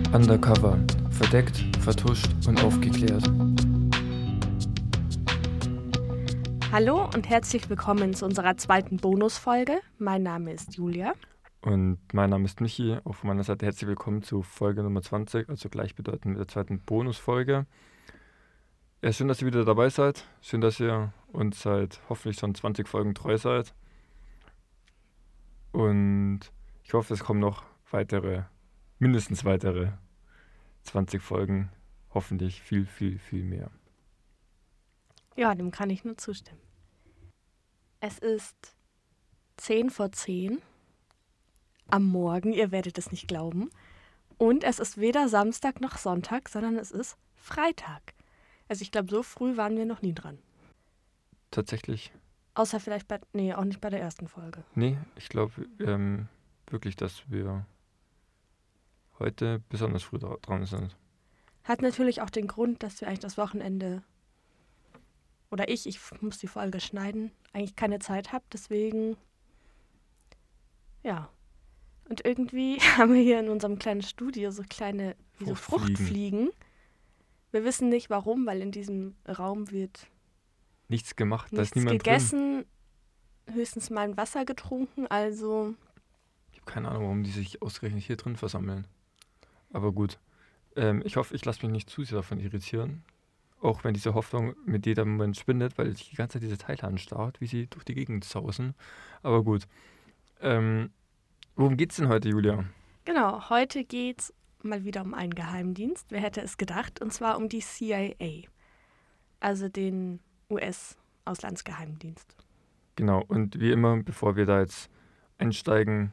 Undercover. Verdeckt, vertuscht und aufgeklärt. Hallo und herzlich willkommen zu unserer zweiten Bonusfolge. Mein Name ist Julia. Und mein Name ist Michi. Auch von meiner Seite herzlich willkommen zu Folge Nummer 20, also gleichbedeutend mit der zweiten Bonusfolge. Ja, schön, dass ihr wieder dabei seid. Schön, dass ihr uns seit hoffentlich schon 20 Folgen treu seid. Und ich hoffe, es kommen noch mindestens weitere 20 Folgen. Hoffentlich viel, viel, viel mehr. Ja, dem kann ich nur zustimmen. Es ist 10 vor 10 am Morgen, ihr werdet es nicht glauben. Und es ist weder Samstag noch Sonntag, sondern es ist Freitag. Also ich glaube, so früh waren wir noch nie dran. Tatsächlich? Außer vielleicht auch nicht bei der ersten Folge. Nee, ich glaube wirklich, dass wir heute besonders früh dran sind. Hat natürlich auch den Grund, dass wir eigentlich das Wochenende, oder ich muss die Folge schneiden, eigentlich keine Zeit habe, deswegen, ja. Und irgendwie haben wir hier in unserem kleinen Studio so kleine, wie so Fruchtfliegen. Wir wissen nicht warum, weil in diesem Raum wird nichts gemacht, da ist nichts niemand gegessen, höchstens mal ein Wasser getrunken, also... Ich habe keine Ahnung, warum die sich ausgerechnet hier drin versammeln. Aber gut. Ich hoffe, ich lasse mich nicht zu sehr davon irritieren. Auch wenn diese Hoffnung mit jedem Moment schwindet, weil ich die ganze Zeit diese Teile anstarrt, wie sie durch die Gegend sausen. Aber gut. Worum geht's denn heute, Julia? Genau, heute geht's mal wieder um einen Geheimdienst. Wer hätte es gedacht? Und zwar um die CIA. Also den US-Auslandsgeheimdienst. Genau, und wie immer, bevor wir da jetzt einsteigen,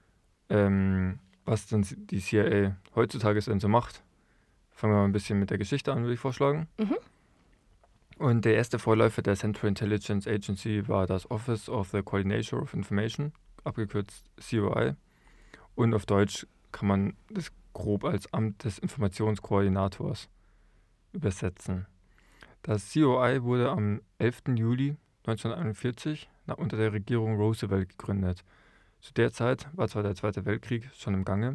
was denn die CIA heutzutage denn so macht, fangen wir mal ein bisschen mit der Geschichte an, würde ich vorschlagen. Mhm. Und der erste Vorläufer der Central Intelligence Agency war das Office of the Coordination of Information, abgekürzt COI. Und auf Deutsch kann man das grob als Amt des Informationskoordinators übersetzen. Das COI wurde am 11. Juli 1941 unter der Regierung Roosevelt gegründet. Zu der Zeit war zwar der Zweite Weltkrieg schon im Gange,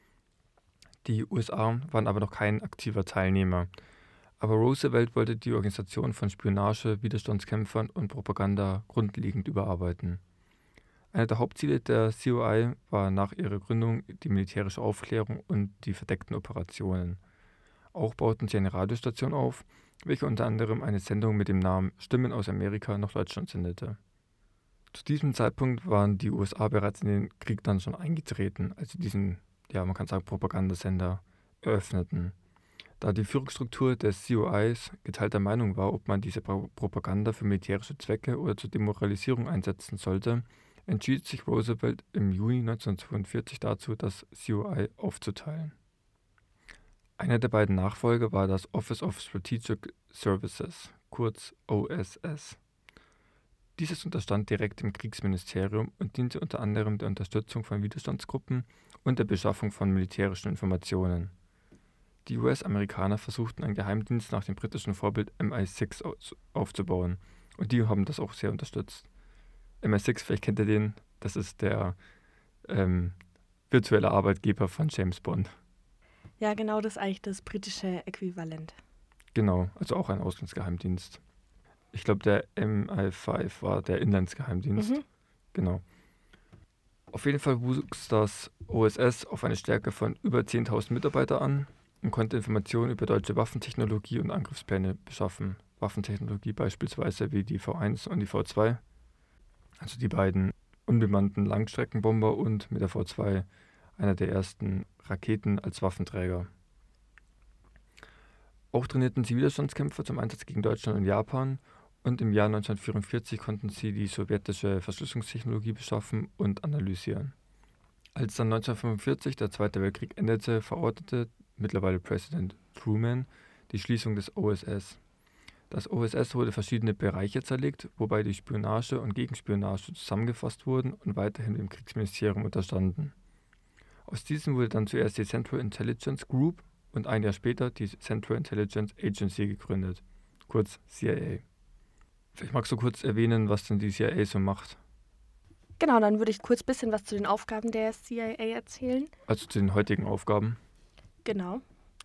die USA waren aber noch kein aktiver Teilnehmer. Aber Roosevelt wollte die Organisation von Spionage, Widerstandskämpfern und Propaganda grundlegend überarbeiten. Einer der Hauptziele der COI war nach ihrer Gründung die militärische Aufklärung und die verdeckten Operationen. Auch bauten sie eine Radiostation auf, welche unter anderem eine Sendung mit dem Namen Stimmen aus Amerika nach Deutschland sendete. Zu diesem Zeitpunkt waren die USA bereits in den Krieg dann schon eingetreten, als sie diesen, man kann sagen, Propagandasender eröffneten. Da die Führungsstruktur des COIs geteilter Meinung war, ob man diese Propaganda für militärische Zwecke oder zur Demoralisierung einsetzen sollte, entschied sich Roosevelt im Juni 1942 dazu, das COI aufzuteilen. Einer der beiden Nachfolger war das Office of Strategic Services, kurz OSS. Dieses unterstand direkt dem Kriegsministerium und diente unter anderem der Unterstützung von Widerstandsgruppen und der Beschaffung von militärischen Informationen. Die US-Amerikaner versuchten einen Geheimdienst nach dem britischen Vorbild MI6 aufzubauen und die haben das auch sehr unterstützt. MI6, vielleicht kennt ihr den, das ist der virtuelle Arbeitgeber von James Bond. Ja, genau, das ist eigentlich das britische Äquivalent. Genau, also auch ein Auslandsgeheimdienst. Ich glaube, der MI5 war der Inlandsgeheimdienst. Mhm. Genau. Auf jeden Fall wuchs das OSS auf eine Stärke von über 10.000 Mitarbeiter an und konnte Informationen über deutsche Waffentechnologie und Angriffspläne beschaffen. Waffentechnologie beispielsweise wie die V1 und die V2, also die beiden unbemannten Langstreckenbomber und mit der V2 einer der ersten Raketen als Waffenträger. Auch trainierten sie Widerstandskämpfer zum Einsatz gegen Deutschland und Japan und im Jahr 1944 konnten sie die sowjetische Verschlüsselungstechnologie beschaffen und analysieren. Als dann 1945 der Zweite Weltkrieg endete, verordnete mittlerweile Präsident Truman die Schließung des OSS. Das OSS wurde verschiedene Bereiche zerlegt, wobei die Spionage und Gegenspionage zusammengefasst wurden und weiterhin dem Kriegsministerium unterstanden. Aus diesem wurde dann zuerst die Central Intelligence Group und ein Jahr später die Central Intelligence Agency gegründet, kurz CIA. Vielleicht magst du kurz erwähnen, was denn die CIA so macht. Genau, dann würde ich kurz ein bisschen was zu den Aufgaben der CIA erzählen. Also zu den heutigen Aufgaben. Genau.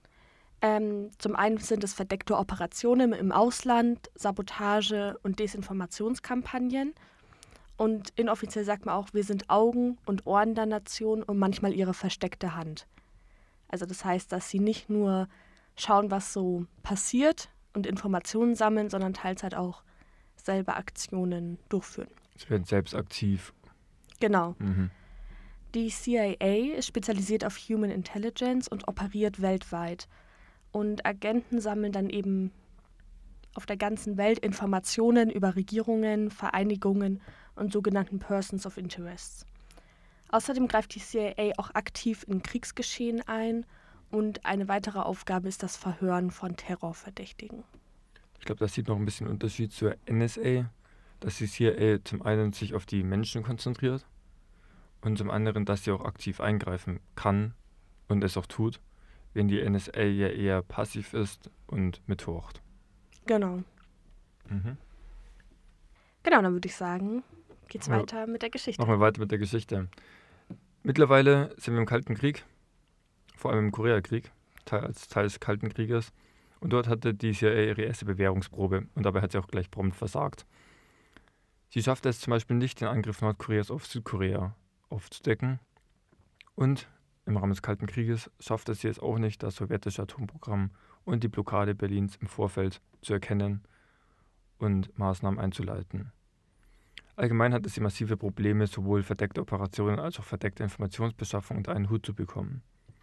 Zum einen sind es verdeckte Operationen im Ausland, Sabotage und Desinformationskampagnen. Und inoffiziell sagt man auch, wir sind Augen und Ohren der Nation und manchmal ihre versteckte Hand. Also das heißt, dass sie nicht nur schauen, was so passiert und Informationen sammeln, sondern teils halt auch selber Aktionen durchführen. Sie werden selbst aktiv. Genau. Mhm. Die CIA ist spezialisiert auf Human Intelligence und operiert weltweit. Und Agenten sammeln dann eben auf der ganzen Welt Informationen über Regierungen, Vereinigungen und sogenannten Persons of Interest. Außerdem greift die CIA auch aktiv in Kriegsgeschehen ein und eine weitere Aufgabe ist das Verhören von Terrorverdächtigen. Ich glaube, das sieht noch ein bisschen Unterschied zur NSA, dass die CIA zum einen sich auf die Menschen konzentriert und zum anderen, dass sie auch aktiv eingreifen kann und es auch tut, während die NSA ja eher passiv ist und mithorcht. Genau. Mhm. Genau, dann würde ich sagen, geht's Ja. weiter mit der Geschichte. Machen wir weiter mit der Geschichte. Mittlerweile sind wir im Kalten Krieg, vor allem im Koreakrieg, Teil des Kalten Krieges. Und dort hatte die CIA ihre erste Bewährungsprobe und dabei hat sie auch gleich prompt versagt. Sie schaffte es zum Beispiel nicht, den Angriff Nordkoreas auf Südkorea aufzudecken. Und im Rahmen des Kalten Krieges schaffte sie es auch nicht, das sowjetische Atomprogramm und die Blockade Berlins im Vorfeld zu erkennen und Maßnahmen einzuleiten. Allgemein hatte sie massive Probleme, sowohl verdeckte Operationen als auch verdeckte Informationsbeschaffung unter einen Hut zu bekommen.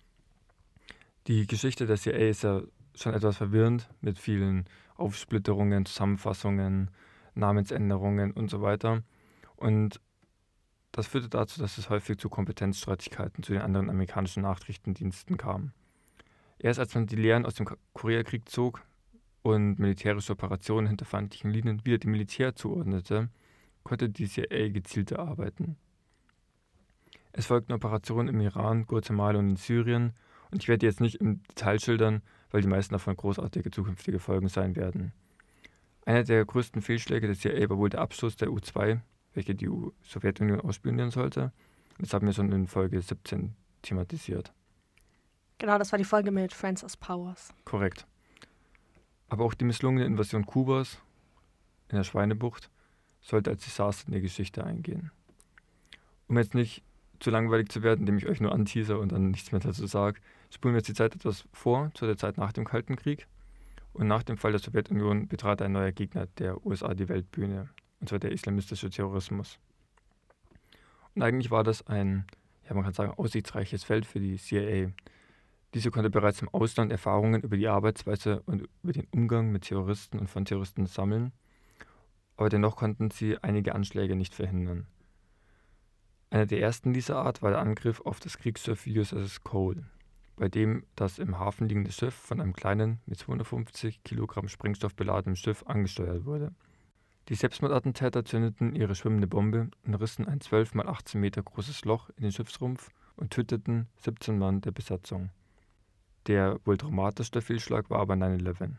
Die Geschichte der CIA ist ja schon etwas verwirrend mit vielen Aufsplitterungen, Zusammenfassungen, Namensänderungen und so weiter. Und das führte dazu, dass es häufig zu Kompetenzstreitigkeiten zu den anderen amerikanischen Nachrichtendiensten kam. Erst als man die Lehren aus dem Koreakrieg zog und militärische Operationen hinter feindlichen Linien wieder dem Militär zuordnete, konnte die CIA gezielter arbeiten. Es folgten Operationen im Iran, Guatemala und in Syrien, und ich werde jetzt nicht im Detail schildern, weil die meisten davon großartige zukünftige Folgen sein werden. Einer der größten Fehlschläge der CIA war wohl der Abschuss der U-2, welche die Sowjetunion ausspionieren sollte. Das haben wir schon in Folge 17 thematisiert. Genau, das war die Folge mit Francis Powers. Korrekt. Aber auch die misslungene Invasion Kubas in der Schweinebucht sollte als Desaster in die Geschichte eingehen. Um jetzt nicht zu langweilig zu werden, indem ich euch nur anteaser und dann nichts mehr dazu sage, spulen wir jetzt die Zeit etwas vor, zu der Zeit nach dem Kalten Krieg. Und nach dem Fall der Sowjetunion betrat ein neuer Gegner der USA die Weltbühne, und zwar der islamistische Terrorismus. Und eigentlich war das ein, ja man kann sagen, aussichtsreiches Feld für die CIA. Diese konnte bereits im Ausland Erfahrungen über die Arbeitsweise und über den Umgang mit Terroristen und von Terroristen sammeln, aber dennoch konnten sie einige Anschläge nicht verhindern. Einer der ersten dieser Art war der Angriff auf das Kriegsschiff USS Cole, bei dem das im Hafen liegende Schiff von einem kleinen, mit 250 Kilogramm Sprengstoff beladenen Schiff angesteuert wurde. Die Selbstmordattentäter zündeten ihre schwimmende Bombe und rissen ein 12 x 18 Meter großes Loch in den Schiffsrumpf und töteten 17 Mann der Besatzung. Der wohl dramatischste Fehlschlag war aber 9/11.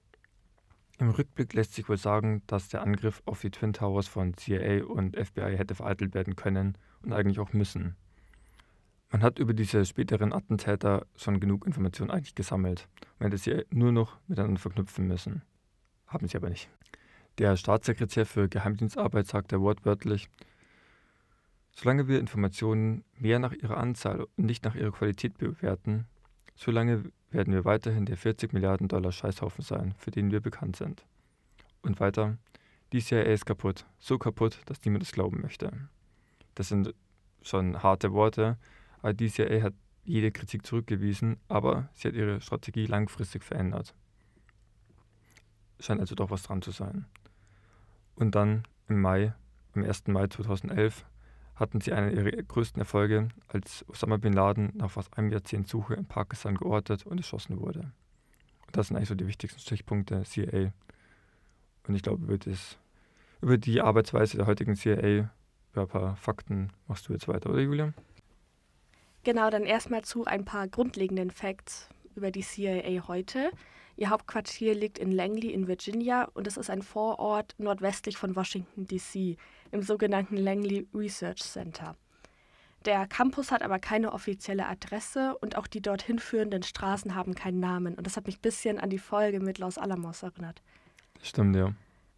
Im Rückblick lässt sich wohl sagen, dass der Angriff auf die Twin Towers von CIA und FBI hätte vereitelt werden können und eigentlich auch müssen. Man hat über diese späteren Attentäter schon genug Informationen eigentlich gesammelt. Man hätte sie nur noch miteinander verknüpfen müssen. Haben sie aber nicht. Der Staatssekretär für Geheimdienstarbeit sagte wortwörtlich: Solange wir Informationen mehr nach ihrer Anzahl und nicht nach ihrer Qualität bewerten, solange werden wir weiterhin der 40 Milliarden Dollar Scheißhaufen sein, für den wir bekannt sind. Und weiter: Die CIA ist kaputt, so kaputt, dass niemand es glauben möchte. Das sind schon harte Worte, aber die CIA hat jede Kritik zurückgewiesen, aber sie hat ihre Strategie langfristig verändert. Scheint also doch was dran zu sein. Und dann am 1. Mai 2011, hatten sie einen ihrer größten Erfolge, als Osama Bin Laden nach fast einem Jahrzehnt Suche in Pakistan geortet und erschossen wurde. Und das sind eigentlich so die wichtigsten Stichpunkte CIA. Und ich glaube, über die Arbeitsweise der heutigen CIA, über ein paar Fakten machst du jetzt weiter, oder Julia? Genau, dann erstmal zu ein paar grundlegenden Facts über die CIA heute. Ihr Hauptquartier liegt in Langley in Virginia und es ist ein Vorort nordwestlich von Washington, D.C., im sogenannten Langley Research Center. Der Campus hat aber keine offizielle Adresse und auch die dorthin führenden Straßen haben keinen Namen. Und das hat mich ein bisschen an die Folge mit Los Alamos erinnert. Stimmt, ja.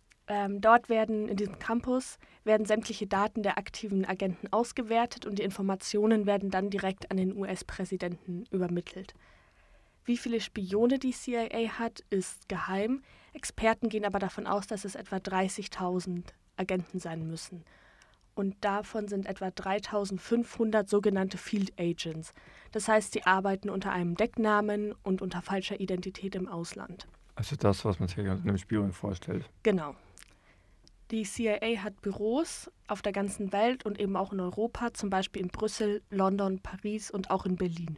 In diesem Campus werden sämtliche Daten der aktiven Agenten ausgewertet und die Informationen werden dann direkt an den US-Präsidenten übermittelt. Wie viele Spione die CIA hat, ist geheim. Experten gehen aber davon aus, dass es etwa 30.000 Agenten sein müssen. Und davon sind etwa 3.500 sogenannte Field Agents. Das heißt, sie arbeiten unter einem Decknamen und unter falscher Identität im Ausland. Also das, was man sich unter einem Spion vorstellt. Genau. Die CIA hat Büros auf der ganzen Welt und eben auch in Europa, zum Beispiel in Brüssel, London, Paris und auch in Berlin.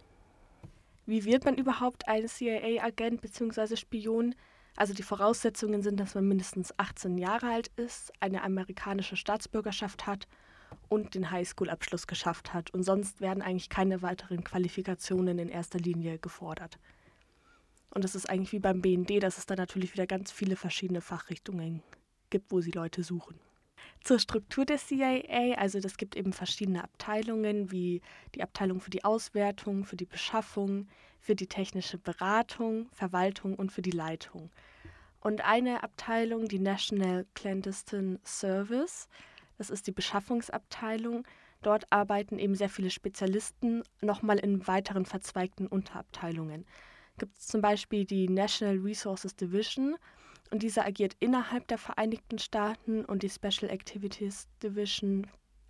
Wie wird man überhaupt ein CIA-Agent bzw. Spion? Also die Voraussetzungen sind, dass man mindestens 18 Jahre alt ist, eine amerikanische Staatsbürgerschaft hat und den Highschool-Abschluss geschafft hat. Und sonst werden eigentlich keine weiteren Qualifikationen in erster Linie gefordert. Und das ist eigentlich wie beim BND, dass es da natürlich wieder ganz viele verschiedene Fachrichtungen gibt, wo sie Leute suchen. Zur Struktur der CIA, also das gibt eben verschiedene Abteilungen, wie die Abteilung für die Auswertung, für die Beschaffung, für die technische Beratung, Verwaltung und für die Leitung. Und eine Abteilung, die National Clandestine Service, das ist die Beschaffungsabteilung. Dort arbeiten eben sehr viele Spezialisten, nochmal in weiteren verzweigten Unterabteilungen. Gibt es zum Beispiel die National Resources Division, und diese agiert innerhalb der Vereinigten Staaten und die Special Activities Division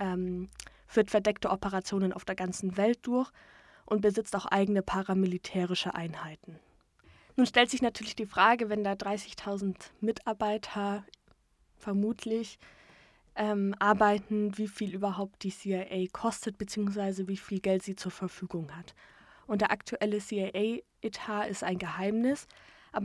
führt verdeckte Operationen auf der ganzen Welt durch und besitzt auch eigene paramilitärische Einheiten. Nun stellt sich natürlich die Frage, wenn da 30.000 Mitarbeiter vermutlich arbeiten, wie viel überhaupt die CIA kostet bzw. wie viel Geld sie zur Verfügung hat. Und der aktuelle CIA-Etat ist ein Geheimnis. Aber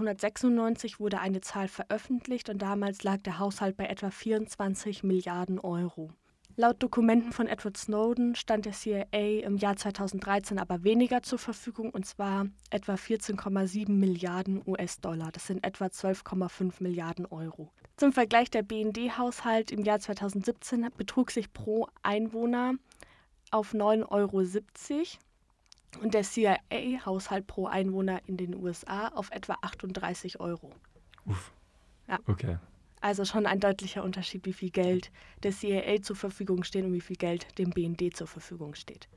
1996 wurde eine Zahl veröffentlicht und damals lag der Haushalt bei etwa 24 Milliarden Euro. Laut Dokumenten von Edward Snowden stand der CIA im Jahr 2013 aber weniger zur Verfügung, und zwar etwa 14,7 Milliarden US-Dollar. Das sind etwa 12,5 Milliarden Euro. Zum Vergleich, der BND-Haushalt im Jahr 2017 betrug sich pro Einwohner auf 9,70 Euro. Und der CIA-Haushalt pro Einwohner in den USA auf etwa 38 Euro. Uff. Ja. Okay. Also schon ein deutlicher Unterschied, wie viel Geld der CIA zur Verfügung steht und wie viel Geld dem BND zur Verfügung steht.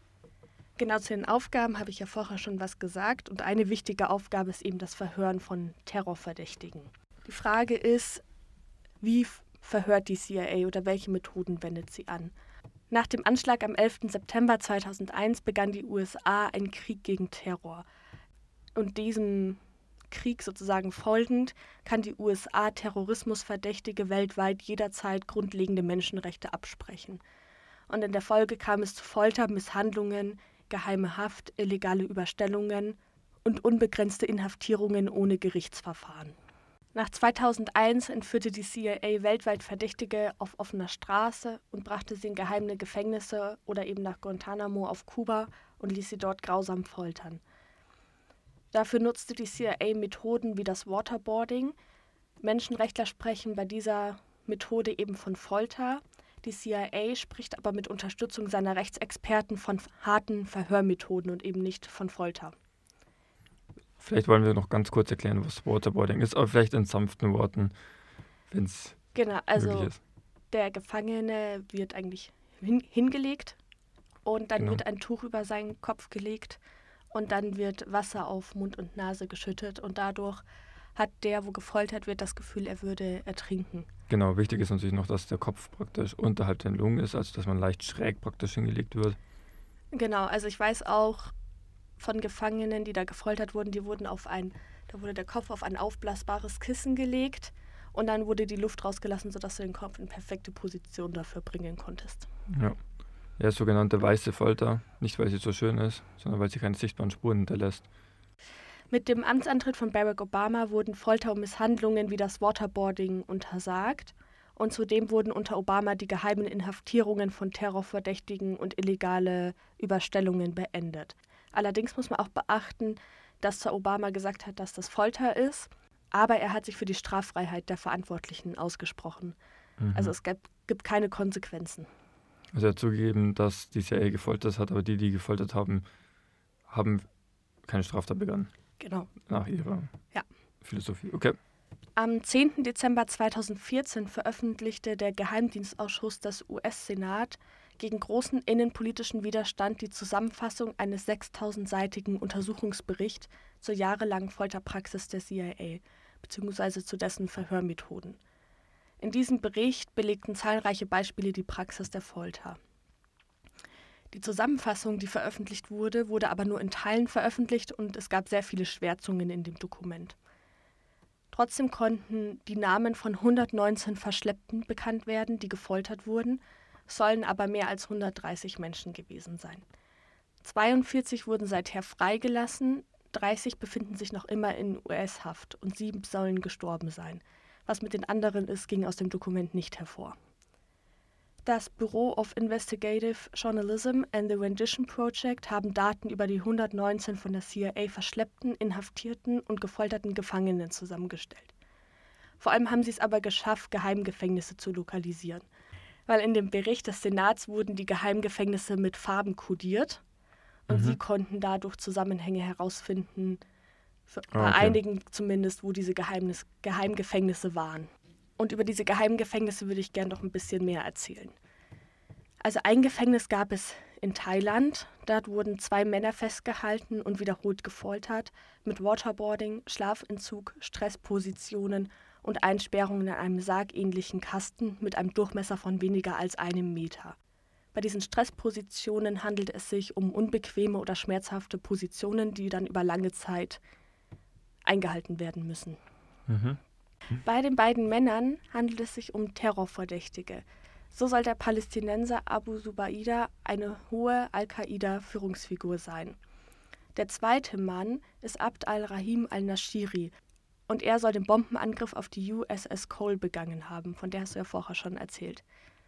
Genau zu den Aufgaben habe ich ja vorher schon was gesagt. Und eine wichtige Aufgabe ist eben das Verhören von Terrorverdächtigen. Die Frage ist, wie verhört die CIA oder welche Methoden wendet sie an? Nach dem Anschlag am 11. September 2001 begann die USA einen Krieg gegen Terror. Und diesem Krieg sozusagen folgend kann die USA Terrorismusverdächtige weltweit jederzeit grundlegende Menschenrechte absprechen. Und in der Folge kam es zu Folter, Misshandlungen, geheime Haft, illegale Überstellungen und unbegrenzte Inhaftierungen ohne Gerichtsverfahren. Nach 2001 entführte die CIA weltweit Verdächtige auf offener Straße und brachte sie in geheime Gefängnisse oder eben nach Guantanamo auf Kuba und ließ sie dort grausam foltern. Dafür nutzte die CIA Methoden wie das Waterboarding. Menschenrechtler sprechen bei dieser Methode eben von Folter. Die CIA spricht aber mit Unterstützung seiner Rechtsexperten von harten Verhörmethoden und eben nicht von Folter. Vielleicht wollen wir noch ganz kurz erklären, was Waterboarding ist, aber vielleicht in sanften Worten, wenn es möglich ist. Der Gefangene wird eigentlich hingelegt und dann wird ein Tuch über seinen Kopf gelegt und dann wird Wasser auf Mund und Nase geschüttet und dadurch hat der, wo gefoltert wird, das Gefühl, er würde ertrinken. Genau, wichtig ist natürlich noch, dass der Kopf praktisch unterhalb der Lungen ist, also dass man leicht schräg praktisch hingelegt wird. Genau, also ich weiß auch von Gefangenen, die da gefoltert wurden, da wurde der Kopf auf ein aufblasbares Kissen gelegt und dann wurde die Luft rausgelassen, sodass du den Kopf in perfekte Position dafür bringen konntest. Ja, sogenannte weiße Folter, nicht weil sie so schön ist, sondern weil sie keine sichtbaren Spuren hinterlässt. Mit dem Amtsantritt von Barack Obama wurden Folter und Misshandlungen wie das Waterboarding untersagt und zudem wurden unter Obama die geheimen Inhaftierungen von Terrorverdächtigen und illegale Überstellungen beendet. Allerdings muss man auch beachten, dass zwar Obama gesagt hat, dass das Folter ist, aber er hat sich für die Straffreiheit der Verantwortlichen ausgesprochen. Also es gibt keine Konsequenzen. Also er hat zugegeben, dass die CIA gefoltert hat, aber die gefoltert haben, haben keine Straftat begangen. Genau. Nach ihrer Philosophie. Okay. Am 10. Dezember 2014 veröffentlichte der Geheimdienstausschuss des US-Senat gegen großen innenpolitischen Widerstand die Zusammenfassung eines 6000-seitigen Untersuchungsberichts zur jahrelangen Folterpraxis der CIA bzw. zu dessen Verhörmethoden. In diesem Bericht belegten zahlreiche Beispiele die Praxis der Folter. Die Zusammenfassung, die veröffentlicht wurde, wurde aber nur in Teilen veröffentlicht und es gab sehr viele Schwärzungen in dem Dokument. Trotzdem konnten die Namen von 119 Verschleppten bekannt werden, die gefoltert wurden, sollen aber mehr als 130 Menschen gewesen sein. 42 wurden seither freigelassen, 30 befinden sich noch immer in US-Haft und 7 sollen gestorben sein. Was mit den anderen ist, ging aus dem Dokument nicht hervor. Das Bureau of Investigative Journalism and the Rendition Project haben Daten über die 119 von der CIA verschleppten, inhaftierten und gefolterten Gefangenen zusammengestellt. Vor allem haben sie es aber geschafft, Geheimgefängnisse zu lokalisieren. Weil in dem Bericht des Senats wurden die Geheimgefängnisse mit Farben kodiert und sie konnten dadurch Zusammenhänge herausfinden, bei einigen zumindest, wo diese Geheimgefängnisse waren. Und über diese Geheimgefängnisse würde ich gerne noch ein bisschen mehr erzählen. Also ein Gefängnis gab es in Thailand. Dort wurden 2 Männer festgehalten und wiederholt gefoltert mit Waterboarding, Schlafentzug, Stresspositionen und Einsperrungen in einem sargähnlichen Kasten mit einem Durchmesser von weniger als 1 Meter. Bei diesen Stresspositionen handelt es sich um unbequeme oder schmerzhafte Positionen, die dann über lange Zeit eingehalten werden müssen. Bei den beiden Männern handelt es sich um Terrorverdächtige. So soll der Palästinenser Abu Zubaida eine hohe Al-Qaida-Führungsfigur sein. Der zweite Mann ist Abd al-Rahim al-Nashiri und er soll den Bombenangriff auf die USS Cole begangen haben, von der hast du ja vorher schon erzählt.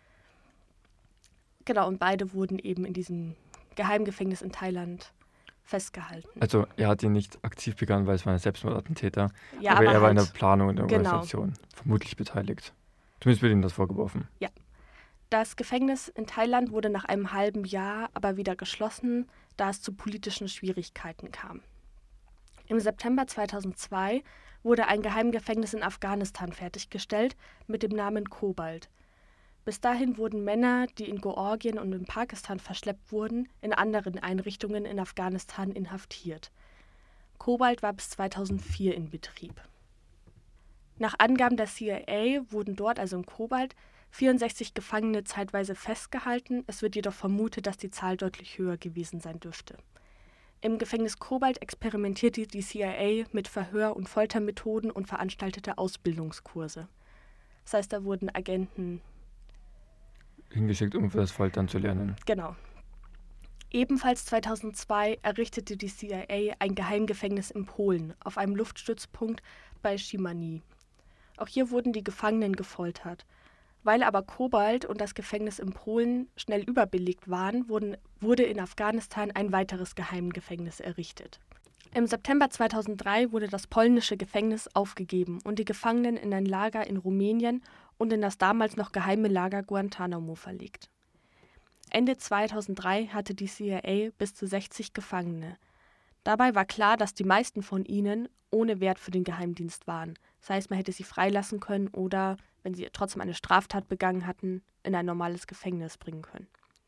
Genau, und beide wurden eben in diesem Geheimgefängnis in Thailand festgehalten. Also er hat ihn nicht aktiv begangen, weil es war ein Selbstmordattentäter, Ja, aber er war in der halt, Planung und der genau. Organisation vermutlich beteiligt. Zumindest wird ihm das vorgeworfen. Ja. Das Gefängnis in Thailand wurde nach einem halben Jahr aber wieder geschlossen, da es zu politischen Schwierigkeiten kam. Im September 2002 wurde ein Geheimgefängnis in Afghanistan fertiggestellt mit dem Namen Cobalt. Bis dahin wurden Männer, die in Georgien und in Pakistan verschleppt wurden, in anderen Einrichtungen in Afghanistan inhaftiert. Cobalt war bis 2004 in Betrieb. Nach Angaben der CIA wurden dort, also in Cobalt, 64 Gefangene zeitweise festgehalten. Es wird jedoch vermutet, dass die Zahl deutlich höher gewesen sein dürfte. Im Gefängnis Cobalt experimentierte die CIA mit Verhör- und Foltermethoden und veranstaltete Ausbildungskurse. Das heißt, da wurden Agenten hingeschickt, um für das Foltern zu lernen. Genau. Ebenfalls 2002 errichtete die CIA ein Geheimgefängnis in Polen auf einem Luftstützpunkt bei Szymanii. Auch hier wurden die Gefangenen gefoltert. Weil aber Cobalt und das Gefängnis in Polen schnell überbelegt waren, wurde in Afghanistan ein weiteres Geheimgefängnis errichtet. Im September 2003 wurde das polnische Gefängnis aufgegeben und die Gefangenen in ein Lager in Rumänien und in das damals noch geheime Lager Guantanamo verlegt. Ende 2003 hatte die CIA bis zu 60 Gefangene. Dabei war klar, dass die meisten von ihnen ohne Wert für den Geheimdienst waren. Das heißt, man hätte sie freilassen können oder, wenn sie trotzdem eine Straftat begangen hatten, in ein normales Gefängnis bringen können.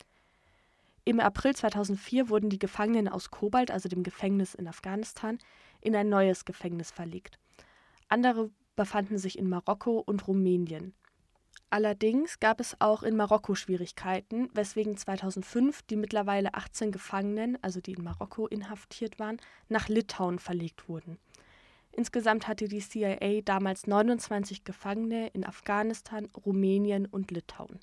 Im April 2004 wurden die Gefangenen aus Cobalt, also dem Gefängnis in Afghanistan, in ein neues Gefängnis verlegt. Andere befanden sich in Marokko und Rumänien. Allerdings gab es auch in Marokko Schwierigkeiten, weswegen 2005 die mittlerweile 18 Gefangenen, also die in Marokko inhaftiert waren, nach Litauen verlegt wurden. Insgesamt hatte die CIA damals 29 Gefangene in Afghanistan, Rumänien und Litauen.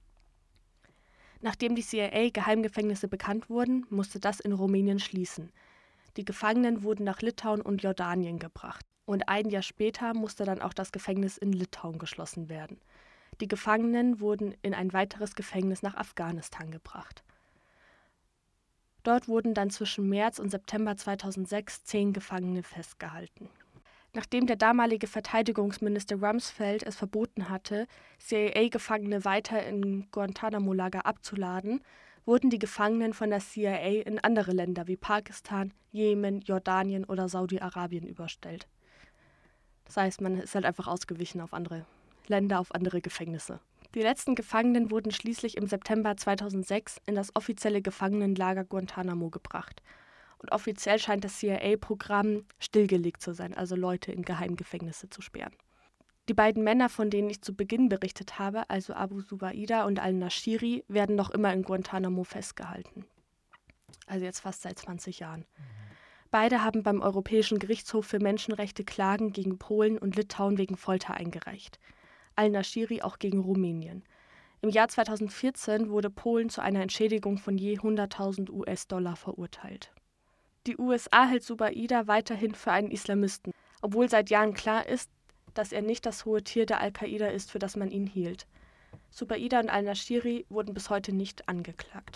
Nachdem die CIA-Geheimgefängnisse bekannt wurden, musste das in Rumänien schließen. Die Gefangenen wurden nach Litauen und Jordanien gebracht. Und ein Jahr später musste dann auch das Gefängnis in Litauen geschlossen werden. Die Gefangenen wurden in ein weiteres Gefängnis nach Afghanistan gebracht. Dort wurden dann zwischen März und September 2006 10 Gefangene festgehalten. Nachdem der damalige Verteidigungsminister Rumsfeld es verboten hatte, CIA-Gefangene weiter in Guantanamo-Lager abzuladen, wurden die Gefangenen von der CIA in andere Länder wie Pakistan, Jemen, Jordanien oder Saudi-Arabien überstellt. Das heißt, man ist halt einfach ausgewichen auf andere Länder, auf andere Gefängnisse. Die letzten Gefangenen wurden schließlich im September 2006 in das offizielle Gefangenenlager Guantanamo gebracht. Und offiziell scheint das CIA-Programm stillgelegt zu sein, also Leute in Geheimgefängnisse zu sperren. Die beiden Männer, von denen ich zu Beginn berichtet habe, also Abu Zubaida und al-Nashiri, werden noch immer in Guantanamo festgehalten. Also jetzt fast seit 20 Jahren. Beide haben beim Europäischen Gerichtshof für Menschenrechte Klagen gegen Polen und Litauen wegen Folter eingereicht. Al-Nashiri auch gegen Rumänien. Im Jahr 2014 wurde Polen zu einer Entschädigung von je 100.000 US-Dollar verurteilt. Die USA hält Zubaida weiterhin für einen Islamisten, obwohl seit Jahren klar ist, dass er nicht das hohe Tier der Al-Qaida ist, für das man ihn hielt. Zubaida und al-Nashiri wurden bis heute nicht angeklagt.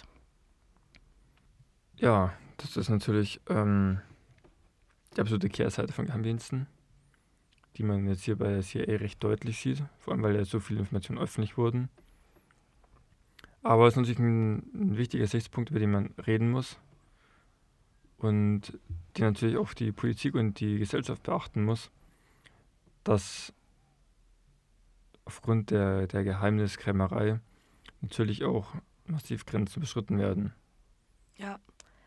Ja, das ist natürlich die absolute Kehrseite von Geheimdiensten, die man jetzt hier bei der CIA recht deutlich sieht, vor allem weil ja so viele Informationen öffentlich wurden. Aber es ist natürlich ein wichtiger Gesichtspunkt, über den man reden muss und die natürlich auch die Politik und die Gesellschaft beachten muss, dass aufgrund der Geheimniskrämerei natürlich auch massiv Grenzen überschritten werden. Ja.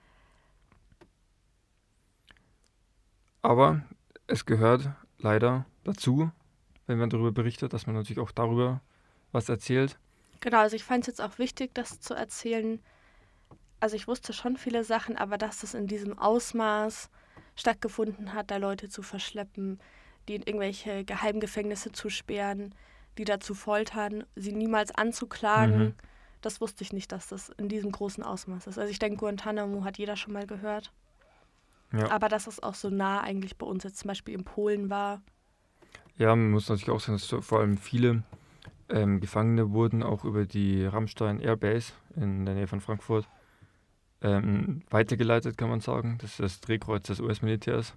Aber es gehört leider dazu, wenn man darüber berichtet, dass man natürlich auch darüber was erzählt. Genau, also ich fand es jetzt auch wichtig, das zu erzählen. Also ich wusste schon viele Sachen, aber dass es in diesem Ausmaß stattgefunden hat, da Leute zu verschleppen, die in irgendwelche Geheimgefängnisse zu sperren, die dazu foltern, sie niemals anzuklagen, das wusste ich nicht, dass das in diesem großen Ausmaß ist. Also ich denke, Guantanamo hat jeder schon mal gehört. Ja. Aber dass es auch so nah eigentlich bei uns jetzt zum Beispiel in Polen war. Ja, man muss natürlich auch sagen, dass vor allem viele Gefangene wurden auch über die Ramstein Airbase in der Nähe von Frankfurt weitergeleitet, kann man sagen. Das ist das Drehkreuz des US-Militärs.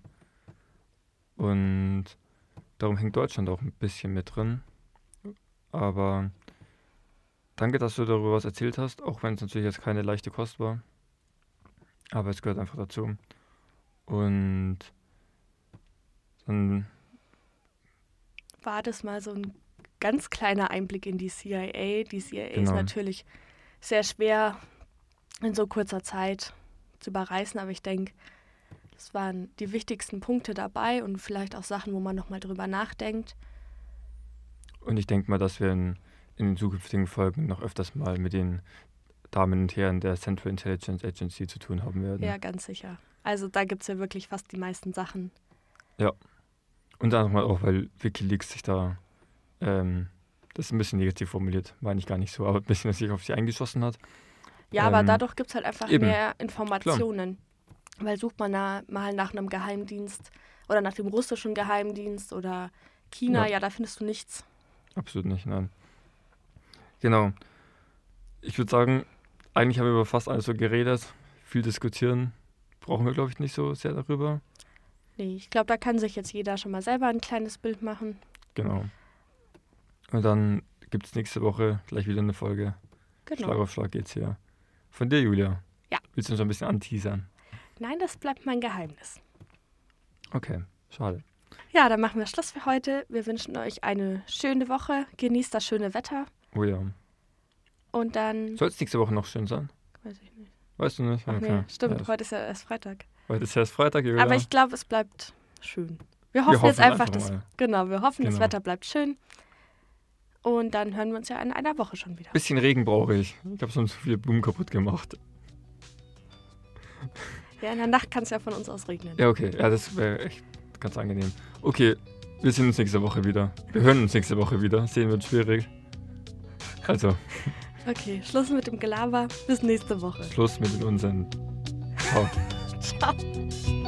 Und darum hängt Deutschland auch ein bisschen mit drin. Aber danke, dass du darüber was erzählt hast, auch wenn es natürlich jetzt keine leichte Kost war. Aber es gehört einfach dazu. Und dann war das mal so ein ganz kleiner Einblick in die CIA. Die CIA ist Genau. natürlich sehr schwer in so kurzer Zeit zu überreißen, aber ich denke, das waren die wichtigsten Punkte dabei und vielleicht auch Sachen, wo man nochmal drüber nachdenkt. Und ich denke mal, dass wir in den zukünftigen Folgen noch öfters mal mit den Damen und Herren der Central Intelligence Agency zu tun haben werden. Ja, ganz sicher. Also da gibt es ja wirklich fast die meisten Sachen. Ja. Und dann nochmal auch, weil WikiLeaks sich da, das ist ein bisschen negativ formuliert, meine ich gar nicht so, aber ein bisschen, dass sich auf sie eingeschossen hat. Ja, aber dadurch gibt es halt einfach eben. mehr Informationen. Klar. Weil sucht man da mal nach einem Geheimdienst oder nach dem russischen Geheimdienst oder China, ja da findest du nichts. Absolut nicht, nein. Genau. Ich würde sagen, eigentlich haben wir über fast alles so geredet. Viel diskutieren brauchen wir, glaube ich, nicht so sehr darüber. Nee, ich glaube, da kann sich jetzt jeder schon mal selber ein kleines Bild machen. Genau. Und dann gibt es nächste Woche gleich wieder eine Folge. Genau. Schlag auf Schlag geht's hier. Von dir, Julia. Ja. Willst du uns ein bisschen anteasern? Nein, das bleibt mein Geheimnis. Okay, schade. Ja, dann machen wir Schluss für heute. Wir wünschen euch eine schöne Woche. Genießt das schöne Wetter. Oh ja. Und dann... Soll es nächste Woche noch schön sein? Weiß ich nicht. Weißt du nicht? Ach Okay. nee, stimmt. Ja, Heute ist ja erst Freitag. heute ist erst Freitag, Julia. Aber ich glaube, es bleibt schön. Wir hoffen jetzt einfach, dass... mal. Genau, wir hoffen, das Genau. Wetter bleibt schön. Und dann hören wir uns ja in einer Woche schon wieder. Bisschen Regen brauche ich. Ich habe sonst viele Blumen kaputt gemacht. Ja, in der Nacht kann es ja von uns aus regnen. Ja, okay. Ja, das wäre echt ganz angenehm. Okay, wir sehen uns nächste Woche wieder. Wir hören uns nächste Woche wieder. Sehen wird schwierig. Also, Okay, Schluss mit dem Gelaber. Bis nächste Woche. Schluss mit den Unsinn. Ciao. Ciao.